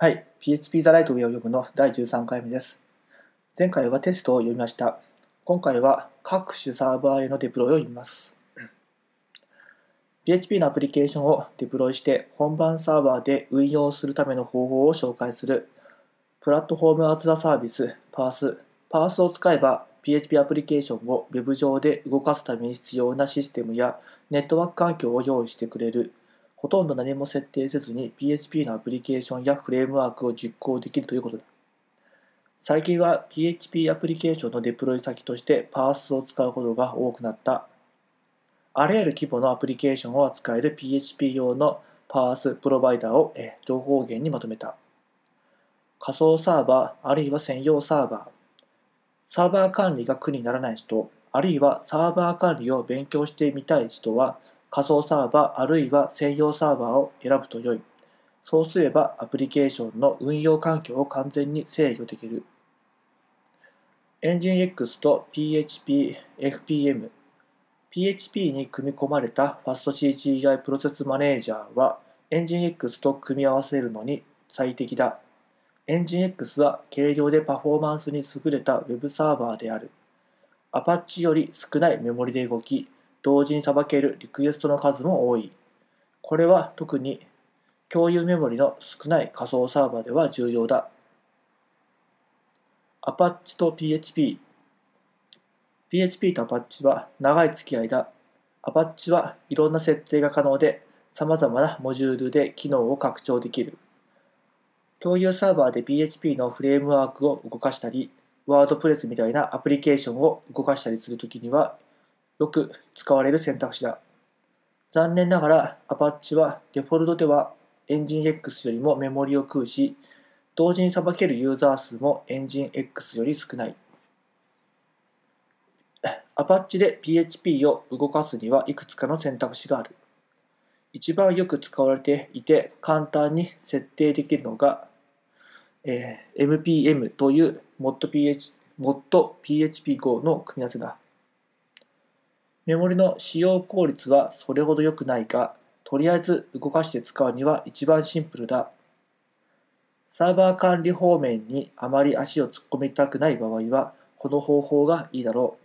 はい、PHP ザライト上を読むの第13回目です。前回はテストを読みました。今回は各種サーバーへのデプロイを読みます。PHP のアプリケーションをデプロイして本番サーバーで運用するための方法を紹介するプラットフォームアズザサービス PaaS を使えば PHP アプリケーションを Web 上で動かすために必要なシステムやネットワーク環境を用意してくれる。ほとんど何も設定せずに PHP のアプリケーションやフレームワークを実行できるということだ。最近は PHP アプリケーションのデプロイ先として PaaS を使うことが多くなった。あらゆる規模のアプリケーションを扱える PHP 用の PaaS プロバイダーを情報源にまとめた。仮想サーバーあるいは専用サーバー。サーバー管理が苦にならない人、あるいはサーバー管理を勉強してみたい人は仮想サーバーあるいは専用サーバーを選ぶと良い。そうすればアプリケーションの運用環境を完全に制御できる。エンジン X と PHP FPM。PHP に組み込まれた FastCGI プロセスマネージャーはエンジン X と組み合わせるのに最適だ。エンジン X は軽量でパフォーマンスに優れた Web サーバーである。Apache より少ないメモリで動き、同時にさばけるリクエストの数も多い。これは特に共有メモリの少ない仮想サーバーでは重要だ。Apache と PHP。PHP と Apache は長い付き合いだ。Apache はいろんな設定が可能で、様々なモジュールで機能を拡張できる。共有サーバーで PHP のフレームワークを動かしたり、ワードプレスみたいなアプリケーションを動かしたりするときには、よく使われる選択肢だ。残念ながら Apache はデフォルトではエンジン X よりもメモリを食うし、同時にさばけるユーザー数もエンジン X より少ない。Apache で PHP を動かすにはいくつかの選択肢がある。一番よく使われていて簡単に設定できるのが、MPM という ModPHP5 の組み合わせだ。メモリの使用効率はそれほど良くないが、とりあえず動かして使うには一番シンプルだ。サーバー管理方面にあまり足を突っ込みたくない場合は、この方法がいいだろう。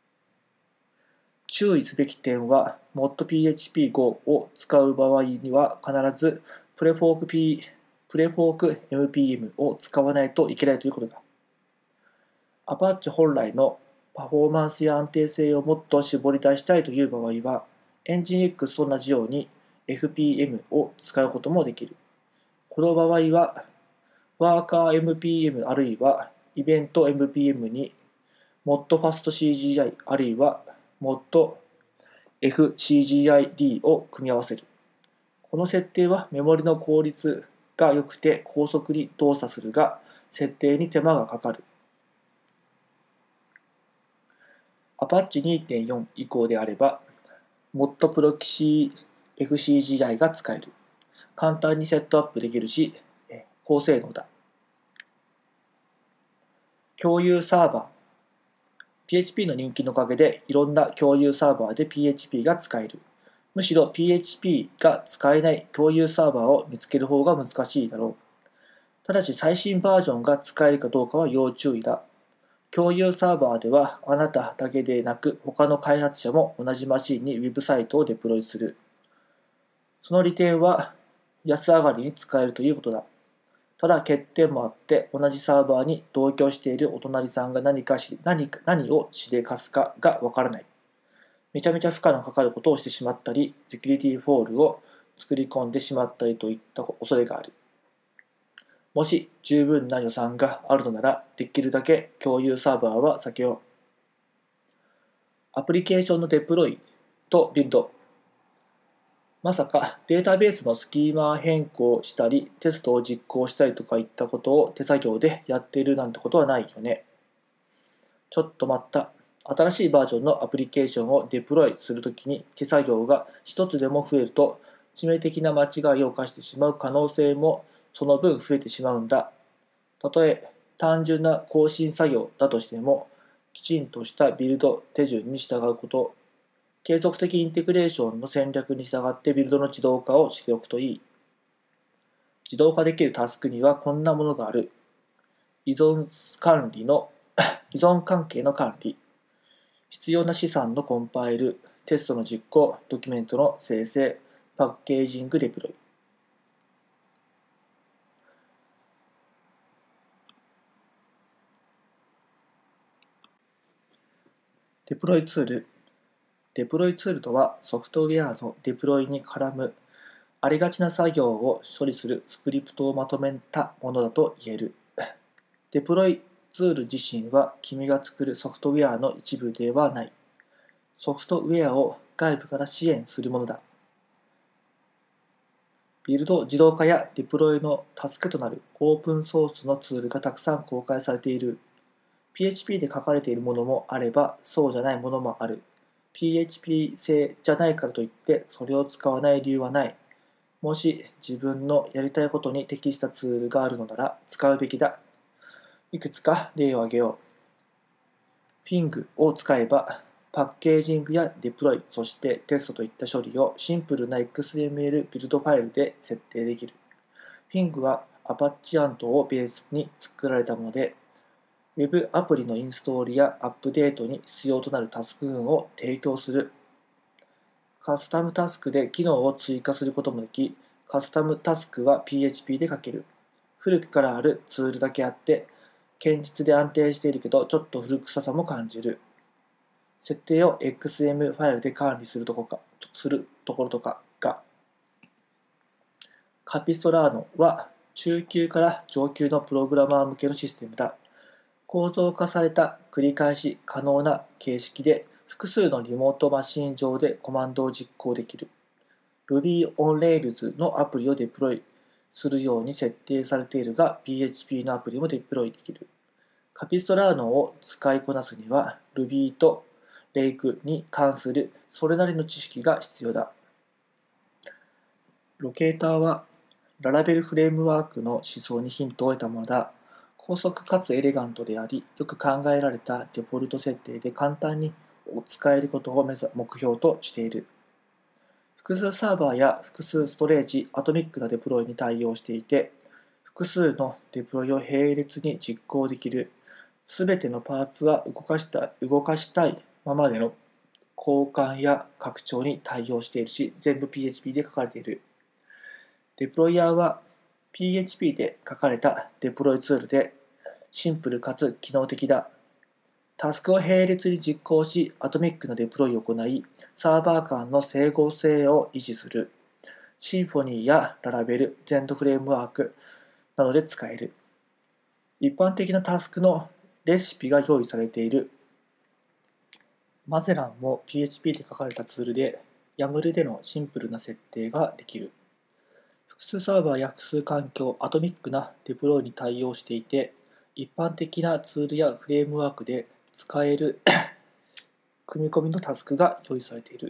注意すべき点は、ModPHP5 を使う場合には必ずプレフォーク MPM を使わないといけないということだ。Apache 本来のパフォーマンスや安定性をもっと絞り出したいという場合は、エンジン X と同じように FPM を使うこともできる。この場合は、ワーカー MPM あるいはイベント MPM に ModFastCGI あるいは ModFCGID を組み合わせる。この設定はメモリの効率が良くて高速に動作するが、設定に手間がかかる。Apache 2.4 以降であれば、ModProxyFCGI が使える。簡単にセットアップできるし、高性能だ。共有サーバー。PHP の人気のおかげでいろんな共有サーバーで PHP が使える。むしろ PHP が使えない共有サーバーを見つける方が難しいだろう。ただし最新バージョンが使えるかどうかは要注意だ。共有サーバーではあなただけでなく他の開発者も同じマシンにウェブサイトをデプロイする。その利点は安上がりに使えるということだ。ただ欠点もあって同じサーバーに同居しているお隣さんが何をしでかすかがわからない。めちゃめちゃ負荷のかかることをしてしまったり、セキュリティフォールを作り込んでしまったりといった恐れがある。もし十分な予算があるのなら、できるだけ共有サーバーは避けよう。アプリケーションのデプロイとビルド。まさかデータベースのスキーマ変更したり、テストを実行したりとかいったことを手作業でやっているなんてことはないよね。ちょっと待った。新しいバージョンのアプリケーションをデプロイするときに手作業が一つでも増えると致命的な間違いを犯してしまう可能性もその分増えてしまうんだ。たとえ単純な更新作業だとしても、きちんとしたビルド手順に従うこと、継続的インテグレーションの戦略に従ってビルドの自動化をしておくといい。 自動化できるタスクにはこんなものがある。依存管理の依存関係の管理、必要な資産のコンパイル、テストの実行、ドキュメントの生成、パッケージング、デプロイ。デプロイツール。デプロイツールとはソフトウェアのデプロイに絡むありがちな作業を処理するスクリプトをまとめたものだと言える。デプロイツール自身は君が作るソフトウェアの一部ではない。ソフトウェアを外部から支援するものだ。ビルド自動化やデプロイの助けとなるオープンソースのツールがたくさん公開されている。PHP で書かれているものもあれば、そうじゃないものもある。PHP 製じゃないからといってそれを使わない理由はない。もし自分のやりたいことに適したツールがあるのなら使うべきだ。いくつか例を挙げよう。Ping を使えばパッケージングやデプロイ、そしてテストといった処理をシンプルな XML ビルドファイルで設定できる。Ping は Apache Ant をベースに作られたもので、Web アプリのインストールやアップデートに必要となるタスク群を提供する。カスタムタスクで機能を追加することもでき、カスタムタスクは PHP で書ける。古くからあるツールだけあって、堅実で安定しているけど、ちょっと古臭さも感じる。設定を XM ファイルで管理するところとかが、カピストラーノは中級から上級のプログラマー向けのシステムだ。構造化された繰り返し可能な形式で複数のリモートマシン上でコマンドを実行できる。Ruby on Rails のアプリをデプロイするように設定されているが、PHP のアプリもデプロイできる。カピストラーノを使いこなすには Ruby と Lake に関するそれなりの知識が必要だ。ロケーターはララベルフレームワークの思想にヒントを得たものだ。高速かつエレガントであり、よく考えられたデフォルト設定で簡単に使えることを目標としている。複数サーバーや複数ストレージ、アトミックなデプロイに対応していて、複数のデプロイを並列に実行できる。すべてのパーツは動かしたいままでの交換や拡張に対応しているし、全部 PHP で書かれている。デプロイヤーは PHP で書かれたデプロイツールでシンプルかつ機能的だ。タスクを並列に実行し、アトミックなデプロイを行い、サーバー間の整合性を維持する。シンフォニーやララベル、ゼントフレームワークなどで使える。一般的なタスクのレシピが用意されている。マゼランも PHP で書かれたツールで、YAML でのシンプルな設定ができる。複数サーバーや複数環境、アトミックなデプロイに対応していて、一般的なツールやフレームワークで使える組み込みのタスクが用意されている。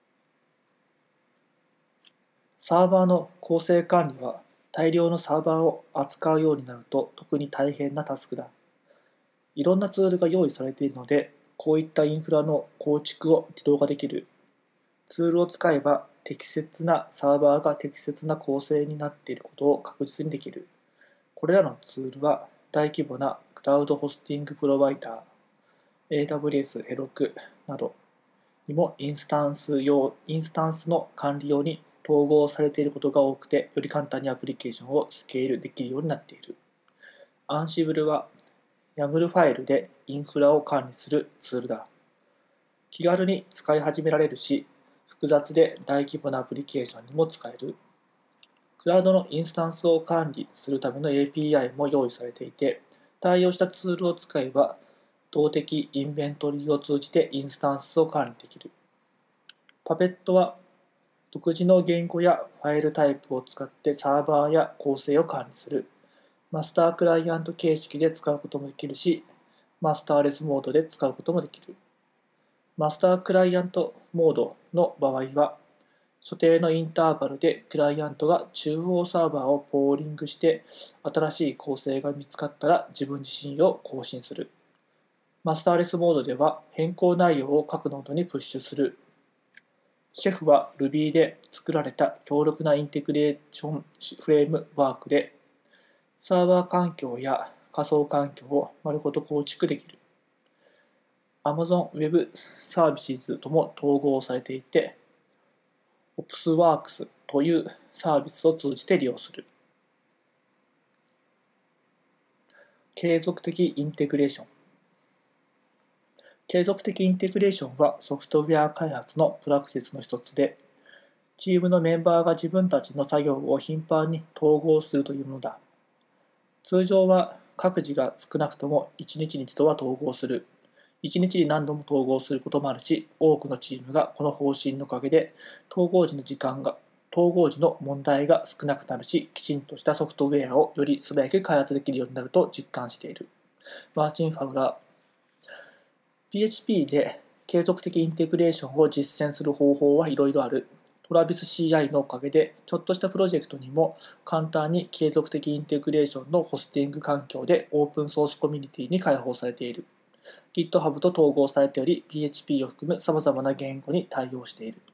サーバーの構成管理は大量のサーバーを扱うようになると特に大変なタスクだ。いろんなツールが用意されているので、こういったインフラの構築を自動化できる。ツールを使えば適切なサーバーが適切な構成になっていることを確実にできる。これらのツールは大規模なクラウドホスティングプロバイダー、AWS、ヘロクなどにもインスタンスの管理用に統合されていることが多くて、より簡単にアプリケーションをスケールできるようになっている。Ansible は YAML ファイルでインフラを管理するツールだ。気軽に使い始められるし、複雑で大規模なアプリケーションにも使える。クラウドのインスタンスを管理するための API も用意されていて、対応したツールを使えば、動的インベントリーを通じてインスタンスを管理できる。パペットは独自の言語やファイルタイプを使ってサーバーや構成を管理する。マスタークライアント形式で使うこともできるし、マスターレスモードで使うこともできる。マスタークライアントモードの場合は、所定のインターバルでクライアントが中央サーバーをポーリングして新しい構成が見つかったら自分自身を更新する。マスターレスモードでは変更内容を各ノードにプッシュする。 シェフは Ruby で作られた強力なインテグレーションフレームワークで、サーバー環境や仮想環境を丸ごと構築できる。Amazon Web Services とも統合されていて、OpsWorks というサービスを通じて利用する。継続的インテグレーション。継続的インテグレーションはソフトウェア開発のプラクティスの一つで、チームのメンバーが自分たちの作業を頻繁に統合するというものだ。通常は各自が少なくとも1日に一度は統合する。1日に何度も統合することもあるし、多くのチームがこの方針のおかげで統合時の問題が少なくなるし、きちんとしたソフトウェアをより素早く開発できるようになると実感している。マーチン・ファウラー。PHP で継続的インテグレーションを実践する方法はいろいろある。トラビス CI のおかげで、ちょっとしたプロジェクトにも簡単に継続的インテグレーションのホスティング環境でオープンソースコミュニティに開放されている。GitHub と統合されており、PHP を含む様々な言語に対応している。